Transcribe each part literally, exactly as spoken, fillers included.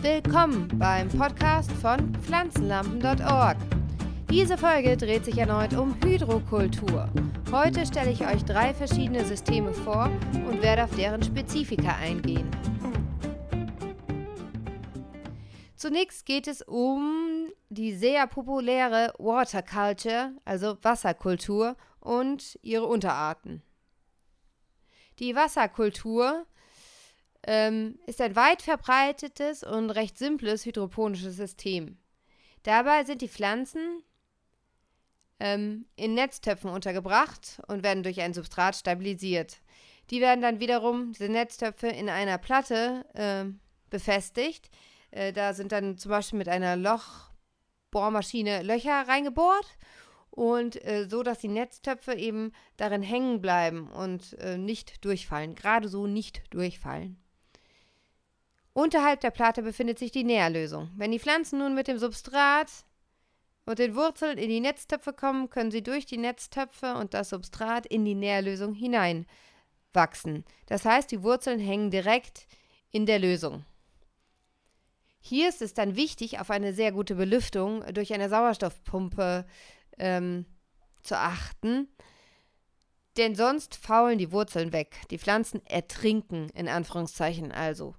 Willkommen beim Podcast von pflanzenlampen punkt org. Diese Folge dreht sich erneut um Hydrokultur. Heute stelle ich euch drei verschiedene Systeme vor und werde auf deren Spezifika eingehen. Zunächst geht es um die sehr populäre Waterculture, also Wasserkultur, und ihre Unterarten. Die Wasserkultur ähm, ist ein weit verbreitetes und recht simples hydroponisches System. Dabei sind die Pflanzen ähm, in Netztöpfen untergebracht und werden durch ein Substrat stabilisiert. Die werden dann wiederum, diese Netztöpfe, in einer Platte äh, befestigt. Äh, da sind dann zum Beispiel mit einer Lochbohrmaschine Löcher reingebohrt. Und äh, so, dass die Netztöpfe eben darin hängen bleiben und äh, nicht durchfallen. Gerade so nicht durchfallen. Unterhalb der Platte befindet sich die Nährlösung. Wenn die Pflanzen nun mit dem Substrat und den Wurzeln in die Netztöpfe kommen, können sie durch die Netztöpfe und das Substrat in die Nährlösung hineinwachsen. Das heißt, die Wurzeln hängen direkt in der Lösung. Hier ist es dann wichtig, auf eine sehr gute Belüftung durch eine Sauerstoffpumpe Ähm, zu achten, denn sonst faulen die Wurzeln weg. Die Pflanzen ertrinken, in Anführungszeichen also.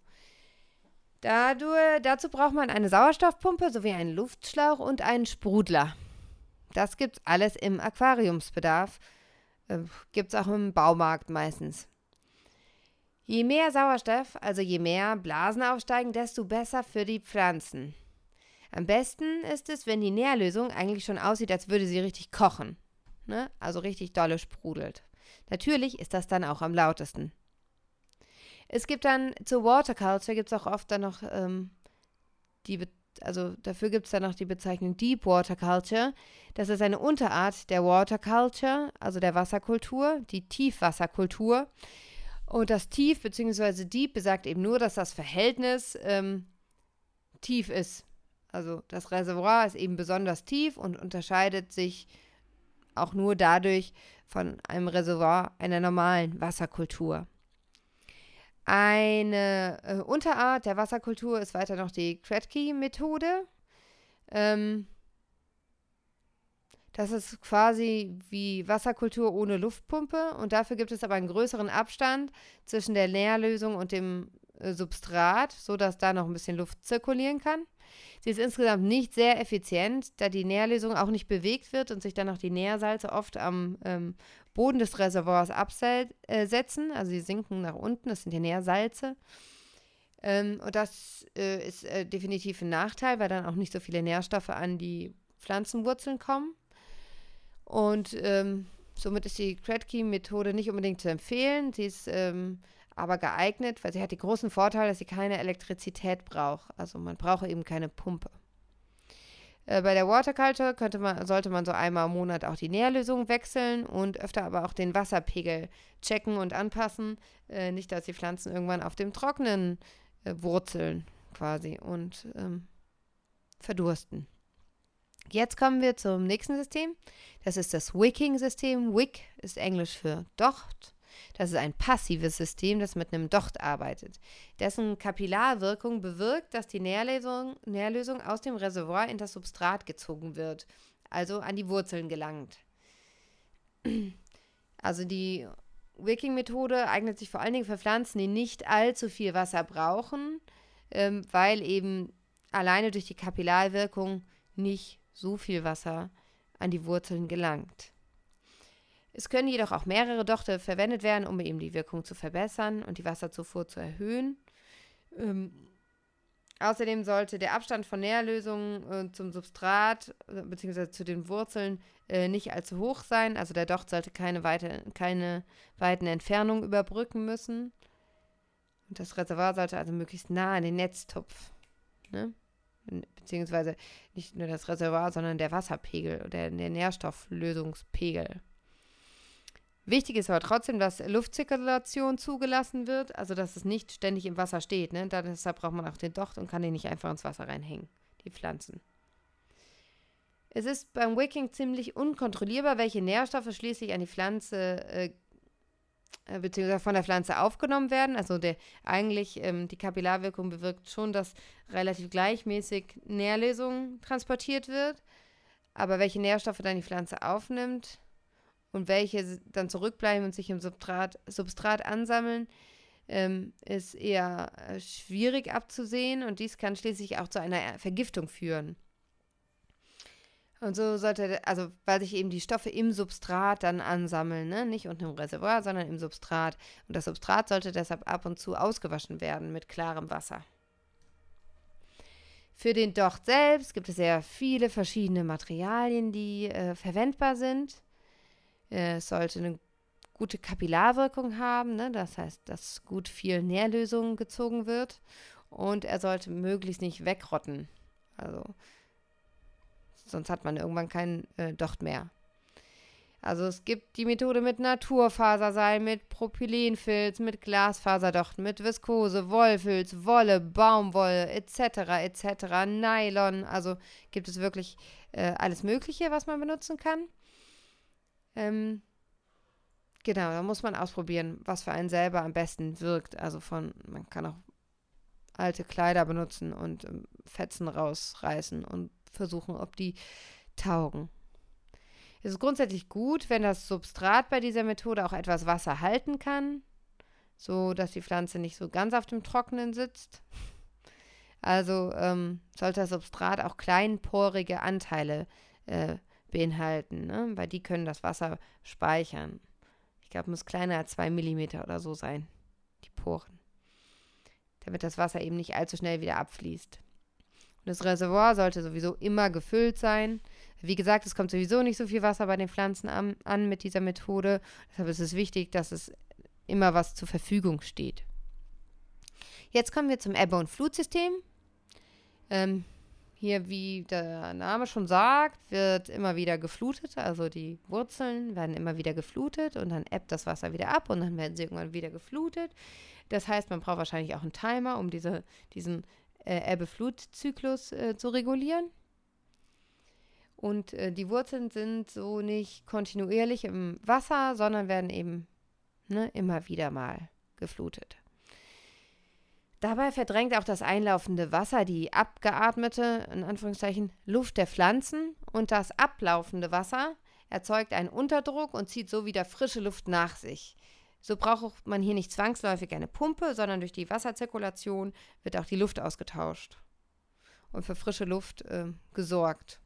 Dadurch, dazu braucht man eine Sauerstoffpumpe sowie einen Luftschlauch und einen Sprudler. Das gibt's alles im Aquariumsbedarf, äh, gibt's auch im Baumarkt meistens. Je mehr Sauerstoff, also je mehr Blasen aufsteigen, desto besser für die Pflanzen. Am besten ist es, wenn die Nährlösung eigentlich schon aussieht, als würde sie richtig kochen. Ne? Also richtig dolle sprudelt. Natürlich ist das dann auch am lautesten. Es gibt dann zur Waterculture gibt es auch oft dann noch ähm, die, Be- also dafür gibt es dann noch die Bezeichnung Deep Waterculture. Das ist eine Unterart der Waterculture, also der Wasserkultur, die Tiefwasserkultur. Und das Tief bzw. Deep besagt eben nur, dass das Verhältnis ähm, tief ist. Also das Reservoir ist eben besonders tief und unterscheidet sich auch nur dadurch von einem Reservoir einer normalen Wasserkultur. Eine äh, Unterart der Wasserkultur ist weiter noch die Kratky-Methode. Ähm, das ist quasi wie Wasserkultur ohne Luftpumpe und dafür gibt es aber einen größeren Abstand zwischen der Nährlösung und dem äh, Substrat, sodass da noch ein bisschen Luft zirkulieren kann. Sie ist insgesamt nicht sehr effizient, da die Nährlösung auch nicht bewegt wird und sich dann auch die Nährsalze oft am ähm, Boden des Reservoirs absetzen. Also sie sinken nach unten, das sind die Nährsalze. Ähm, und das äh, ist äh, definitiv ein Nachteil, weil dann auch nicht so viele Nährstoffe an die Pflanzenwurzeln kommen. Und ähm, somit ist die Kratky-Methode nicht unbedingt zu empfehlen. Sie ist ähm, aber geeignet, weil sie hat den großen Vorteil, dass sie keine Elektrizität braucht. Also man braucht eben keine Pumpe. Äh, bei der Waterculture könnte man, sollte man so einmal im Monat auch die Nährlösung wechseln und öfter aber auch den Wasserpegel checken und anpassen. Äh, nicht, dass die Pflanzen irgendwann auf dem Trocknen äh, wurzeln quasi und ähm, verdursten. Jetzt kommen wir zum nächsten System. Das ist das Wicking-System. Wick ist Englisch für Docht. Das ist ein passives System, das mit einem Docht arbeitet. Dessen Kapillarwirkung bewirkt, dass die Nährlösung, Nährlösung aus dem Reservoir in das Substrat gezogen wird, also an die Wurzeln gelangt. Also die Wicking-Methode eignet sich vor allen Dingen für Pflanzen, die nicht allzu viel Wasser brauchen, ähm, weil eben alleine durch die Kapillarwirkung nicht so viel Wasser an die Wurzeln gelangt. Es können jedoch auch mehrere Dochte verwendet werden, um eben die Wirkung zu verbessern und die Wasserzufuhr zu erhöhen. Ähm, außerdem sollte der Abstand von Nährlösungen äh, zum Substrat äh, bzw. zu den Wurzeln äh, nicht allzu hoch sein. Also der Docht sollte keine, weite, keine weiten Entfernungen überbrücken müssen. Und das Reservoir sollte also möglichst nah an den Netztopf, ne? Beziehungsweise nicht nur das Reservoir, sondern der Wasserpegel oder der Nährstofflösungspegel. Wichtig ist aber trotzdem, dass Luftzirkulation zugelassen wird, also dass es nicht ständig im Wasser steht. Ne? Da, deshalb braucht man auch den Docht und kann den nicht einfach ins Wasser reinhängen, die Pflanzen. Es ist beim Wicking ziemlich unkontrollierbar, welche Nährstoffe schließlich an die Pflanze äh, äh, beziehungsweise von der Pflanze aufgenommen werden. Also der, eigentlich ähm, die Kapillarwirkung bewirkt schon, dass relativ gleichmäßig Nährlösung transportiert wird. Aber welche Nährstoffe dann die Pflanze aufnimmt und welche dann zurückbleiben und sich im Substrat, Substrat ansammeln, ähm, ist eher äh, schwierig abzusehen. Und dies kann schließlich auch zu einer Vergiftung führen. Und so sollte, also weil sich eben die Stoffe im Substrat dann ansammeln, ne? Nicht unten im Reservoir, sondern im Substrat. Und das Substrat sollte deshalb ab und zu ausgewaschen werden mit klarem Wasser. Für den Docht selbst gibt es sehr viele verschiedene Materialien, die äh, verwendbar sind. Äh, es sollte eine gute Kapillarwirkung haben, ne? Das heißt, dass gut viel Nährlösung gezogen wird. Und er sollte möglichst nicht wegrotten. Also sonst hat man irgendwann keinen äh, Docht mehr. Also es gibt die Methode mit Naturfaserseil, mit Propylenfilz, mit Glasfaserdochten, mit Viskose, Wollfilz, Wolle, Baumwolle et cetera et cetera, Nylon. Also gibt es wirklich äh, alles Mögliche, was man benutzen kann. Ähm, genau, da muss man ausprobieren, was für einen selber am besten wirkt. Also von, man kann auch alte Kleider benutzen und ähm, Fetzen rausreißen und versuchen, ob die taugen. Es ist grundsätzlich gut, wenn das Substrat bei dieser Methode auch etwas Wasser halten kann, so dass die Pflanze nicht so ganz auf dem Trockenen sitzt. Also ähm, sollte das Substrat auch kleinporige Anteile äh, beinhalten, ne? Weil die können das Wasser speichern. Ich glaube, es muss kleiner als zwei Millimeter oder so sein, die Poren, damit das Wasser eben nicht allzu schnell wieder abfließt. Und das Reservoir sollte sowieso immer gefüllt sein. Wie gesagt, es kommt sowieso nicht so viel Wasser bei den Pflanzen an, an mit dieser Methode. Deshalb ist es wichtig, dass es immer was zur Verfügung steht. Jetzt kommen wir zum Ebbe- und Flutsystem. Ähm, hier, wie der Name schon sagt, wird immer wieder geflutet. Also die Wurzeln werden immer wieder geflutet und dann ebbt das Wasser wieder ab und dann werden sie irgendwann wieder geflutet. Das heißt, man braucht wahrscheinlich auch einen Timer, um diese, diesen äh, Ebbe-Flut-Zyklus äh, zu regulieren. Und äh, die Wurzeln sind so nicht kontinuierlich im Wasser, sondern werden eben ne, immer wieder mal geflutet. Dabei verdrängt auch das einlaufende Wasser die abgeatmete, in Anführungszeichen, Luft der Pflanzen und das ablaufende Wasser erzeugt einen Unterdruck und zieht so wieder frische Luft nach sich. So braucht man hier nicht zwangsläufig eine Pumpe, sondern durch die Wasserzirkulation wird auch die Luft ausgetauscht und für frische Luft äh, gesorgt.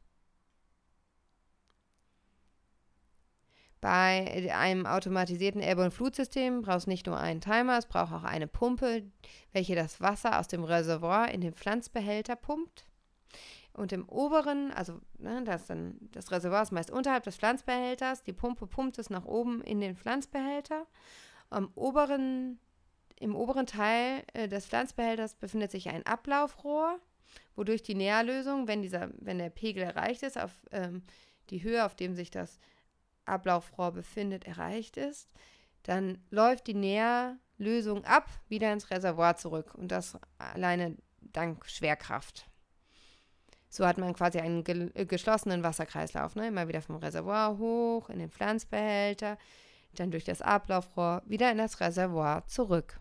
Bei einem automatisierten Ebbe- und Flutsystem braucht es nicht nur einen Timer, es braucht auch eine Pumpe, welche das Wasser aus dem Reservoir in den Pflanzbehälter pumpt. Und im oberen, also ne, das, dann, das Reservoir ist meist unterhalb des Pflanzbehälters, die Pumpe pumpt es nach oben in den Pflanzbehälter. Am oberen, im oberen Teil äh, des Pflanzbehälters befindet sich ein Ablaufrohr, wodurch die Nährlösung, wenn, dieser, wenn der Pegel erreicht ist, auf ähm, die Höhe, auf dem sich das Ablaufrohr befindet, erreicht ist, dann läuft die Nährlösung ab, wieder ins Reservoir zurück und das alleine dank Schwerkraft. So hat man quasi einen ge- geschlossenen Wasserkreislauf, ne? Immer wieder vom Reservoir hoch in den Pflanzbehälter, dann durch das Ablaufrohr wieder in das Reservoir zurück.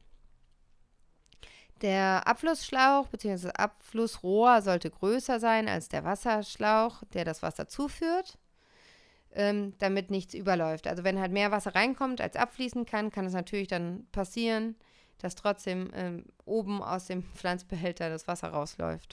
Der Abflussschlauch bzw. Abflussrohr sollte größer sein als der Wasserschlauch, der das Wasser zuführt, ähm, damit nichts überläuft. Also wenn halt mehr Wasser reinkommt, als abfließen kann, kann es natürlich dann passieren, dass trotzdem ähm, oben aus dem Pflanzbehälter das Wasser rausläuft.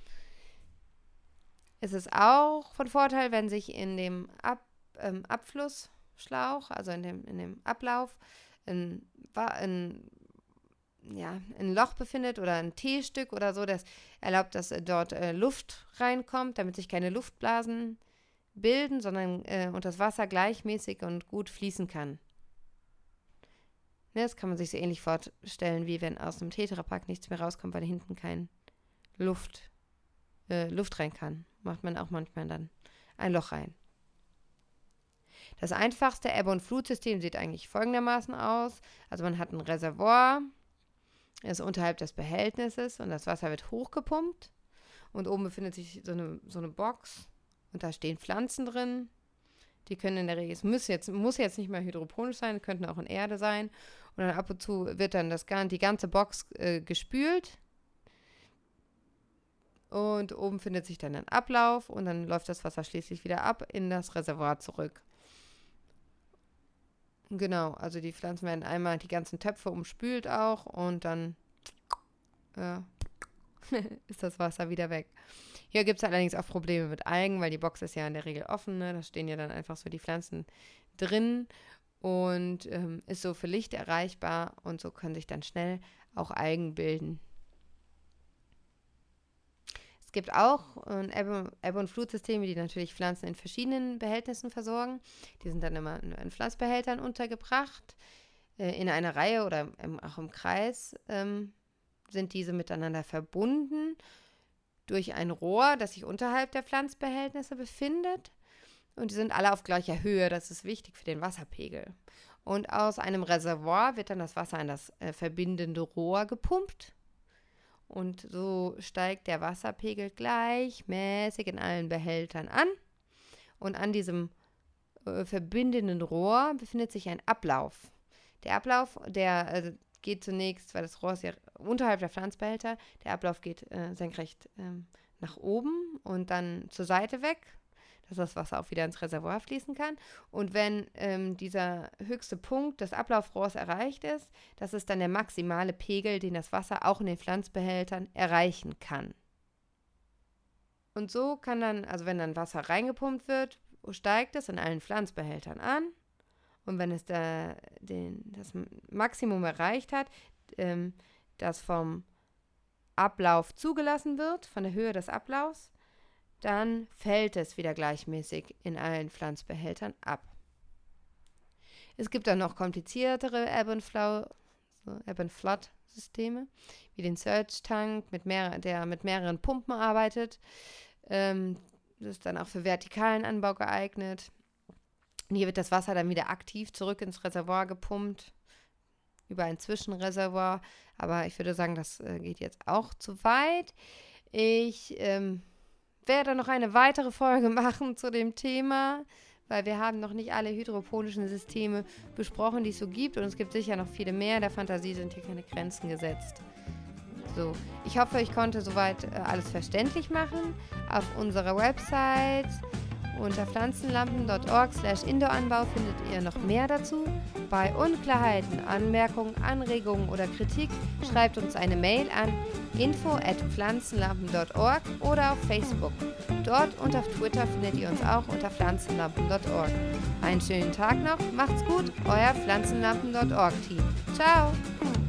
Es ist auch von Vorteil, wenn sich in dem Ab, ähm, Abflussschlauch, also in dem, in dem Ablauf, ein, ein, ja, ein Loch befindet oder ein T-Stück oder so, das erlaubt, dass äh, dort äh, Luft reinkommt, damit sich keine Luftblasen bilden, sondern äh, und das Wasser gleichmäßig und gut fließen kann. Ne, das kann man sich so ähnlich vorstellen, wie wenn aus einem Tetrapack nichts mehr rauskommt, weil hinten kein Luft, äh, Luft rein kann. Macht man auch manchmal dann ein Loch rein. Das einfachste Ebbe- und Flutsystem sieht eigentlich folgendermaßen aus. Also man hat ein Reservoir, das ist unterhalb des Behältnisses und das Wasser wird hochgepumpt und oben befindet sich so eine, so eine Box und da stehen Pflanzen drin, Die können in der Regel, es muss jetzt, muss jetzt nicht mal hydroponisch sein, könnten auch in Erde sein. Und dann ab und zu wird dann das, die ganze Box äh, gespült. Und oben findet sich dann ein Ablauf und dann läuft das Wasser schließlich wieder ab in das Reservoir zurück. Genau, also die Pflanzen werden einmal die ganzen Töpfe umspült auch und dann äh, ist das Wasser wieder weg. Hier gibt es allerdings auch Probleme mit Algen, weil die Box ist ja in der Regel offen, ne? Da stehen ja dann einfach so die Pflanzen drin und ähm, ist so für Licht erreichbar und so können sich dann schnell auch Algen bilden. Es gibt auch äh, Ebbe, Ebbe- und Flutsysteme, die natürlich Pflanzen in verschiedenen Behältnissen versorgen. Die sind dann immer in, in Pflanzbehältern untergebracht, äh, in einer Reihe oder im, auch im Kreis ähm, sind diese miteinander verbunden durch ein Rohr, das sich unterhalb der Pflanzbehältnisse befindet. Und die sind alle auf gleicher Höhe. Das ist wichtig für den Wasserpegel. Und aus einem Reservoir wird dann das Wasser in das äh, verbindende Rohr gepumpt. Und so steigt der Wasserpegel gleichmäßig in allen Behältern an. Und an diesem äh, verbindenden Rohr befindet sich ein Ablauf. Der Ablauf, der äh, geht zunächst, weil das Rohr ist ja unterhalb der Pflanzbehälter, der Ablauf geht äh, senkrecht ähm, nach oben und dann zur Seite weg, dass das Wasser auch wieder ins Reservoir fließen kann. Und wenn ähm, dieser höchste Punkt des Ablaufrohrs erreicht ist, das ist dann der maximale Pegel, den das Wasser auch in den Pflanzbehältern erreichen kann. Und so kann dann, also wenn dann Wasser reingepumpt wird, steigt es in allen Pflanzbehältern an. Und wenn es da den, das Maximum erreicht hat, ähm, das vom Ablauf zugelassen wird, von der Höhe des Ablaufs, dann fällt es wieder gleichmäßig in allen Pflanzbehältern ab. Es gibt dann noch kompliziertere Ebb and Flow, so Ebb and Flood Systeme, wie den Surge Tank, mit mehr, der mit mehreren Pumpen arbeitet. Ähm, das ist dann auch für vertikalen Anbau geeignet. Und hier wird das Wasser dann wieder aktiv zurück ins Reservoir gepumpt, über ein Zwischenreservoir. Aber ich würde sagen, das äh, geht jetzt auch zu weit. Ich ähm, werde noch eine weitere Folge machen zu dem Thema, weil wir haben noch nicht alle hydroponischen Systeme besprochen, die es so gibt. Und es gibt sicher noch viele mehr. Der Fantasie sind hier keine Grenzen gesetzt. So, ich hoffe, ich konnte soweit äh, alles verständlich machen. Auf unserer Website unter pflanzenlampen punkt org slash indooranbau findet ihr noch mehr dazu. Bei Unklarheiten, Anmerkungen, Anregungen oder Kritik schreibt uns eine Mail an info at pflanzenlampen punkt org oder auf Facebook. Dort und auf Twitter findet ihr uns auch unter pflanzenlampen punkt org. Einen schönen Tag noch, macht's gut, euer pflanzenlampen punkt org Team. Ciao!